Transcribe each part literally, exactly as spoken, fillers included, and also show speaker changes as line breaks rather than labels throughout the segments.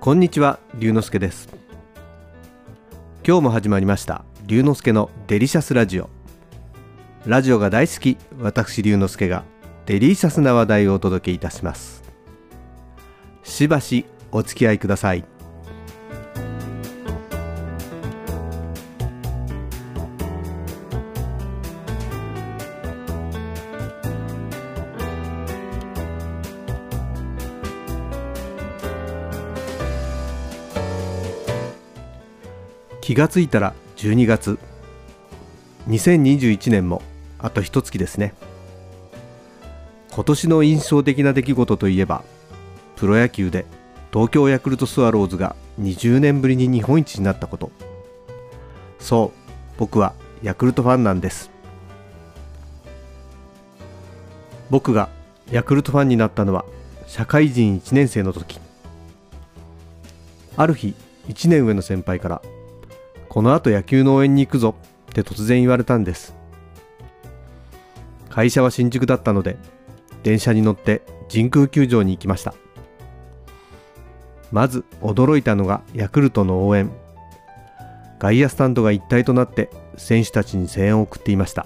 こんにちは、龍之介です。今日も始まりました龍之介のデリシャスラジオ。ラジオが大好き私龍之介がデリシャスな話題をお届けいたします。しばしお付き合いください。気がついたらじゅうにがつ、にせんにじゅういちねんもあと一月ですね。今年の印象的な出来事といえば、プロ野球で東京ヤクルトスワローズがにじゅうねんぶりに日本一になったこと。そう、僕はヤクルトファンなんです。僕がヤクルトファンになったのは社会人いちねん生の時。ある日、いちねん上の先輩からこの後野球の応援に行くぞって突然言われたんです。会社は新宿だったので電車に乗って神宮球場に行きました。まず驚いたのがヤクルトの応援。外野スタンドが一体となって選手たちに声援を送っていました。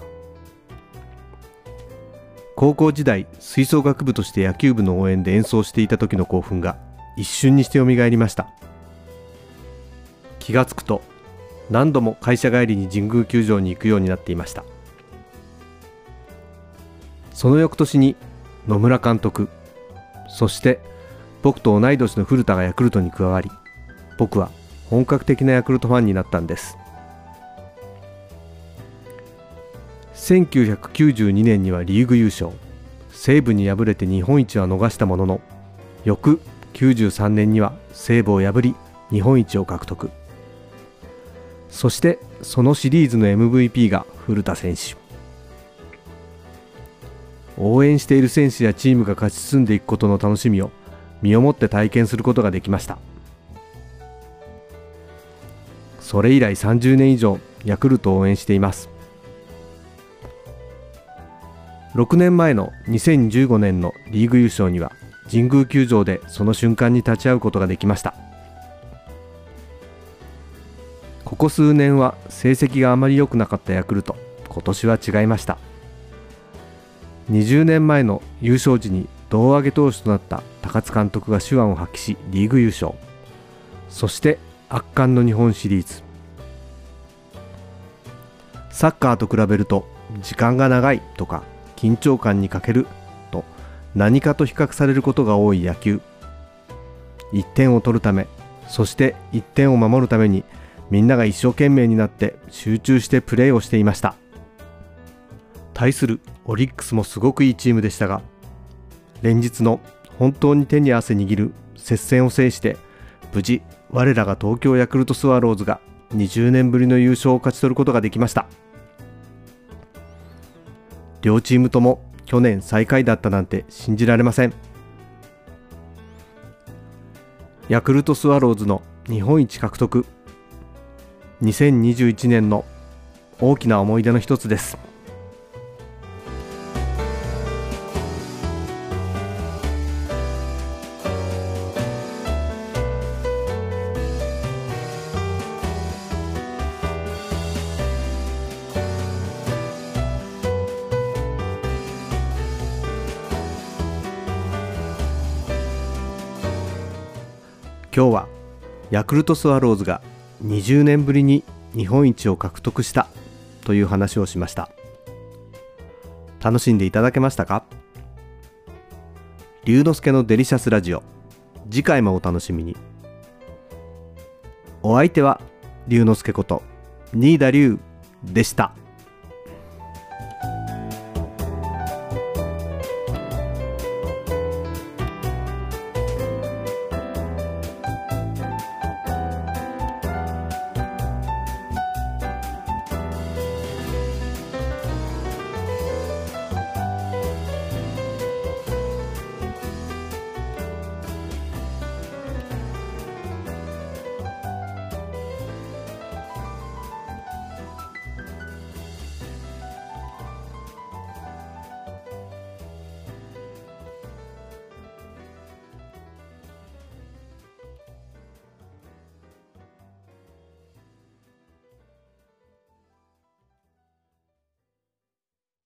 高校時代吹奏楽部として野球部の応援で演奏していた時の興奮が一瞬にしてよみがえりました。気がつくと何度も会社帰りに神宮球場に行くようになっていました。その翌年に野村監督、そして僕と同い年の古田がヤクルトに加わり、僕は本格的なヤクルトファンになったんです。せんきゅうひゃくきゅうじゅうにねんにはリーグ優勝、西武に敗れて日本一は逃したものの、翌きゅうじゅうさんねんには西武を破り日本一を獲得。そしてそのシリーズの エムブイピー が古田選手。応援している選手やチームが勝ち進んでいくことの楽しみを身をもって体験することができました。それ以来さんじゅうねん以上ヤクルトを応援しています。ろくねんまえのにせんじゅうごねんのリーグ優勝には神宮球場でその瞬間に立ち会うことができました。ここ数年は成績があまり良くなかったヤクルト、今年は違いました。にじゅうねんまえの優勝時に胴上げ投手となった高津監督が手腕を発揮しリーグ優勝、そして圧巻の日本シリーズ。サッカーと比べると時間が長いとか緊張感に欠けると何かと比較されることが多い野球。いってんを取るため、そしていってんを守るためにみんなが一生懸命になって集中してプレーをしていました。対するオリックスもすごくいいチームでしたが、連日の本当に手に汗握る接戦を制して無事我らが東京ヤクルトスワローズがにじゅうねんぶりの優勝を勝ち取ることができました。両チームとも去年最下位だったなんて信じられません。ヤクルトスワローズの日本一獲得、にせんにじゅういちねんの大きな思い出の一つです。今日はヤクルトスワローズがにじゅうねんぶりに日本一を獲得したという話をしました。楽しんでいただけましたか？龍之介のデリシャスラジオ、次回もお楽しみに。お相手は龍之介こと新田龍でした。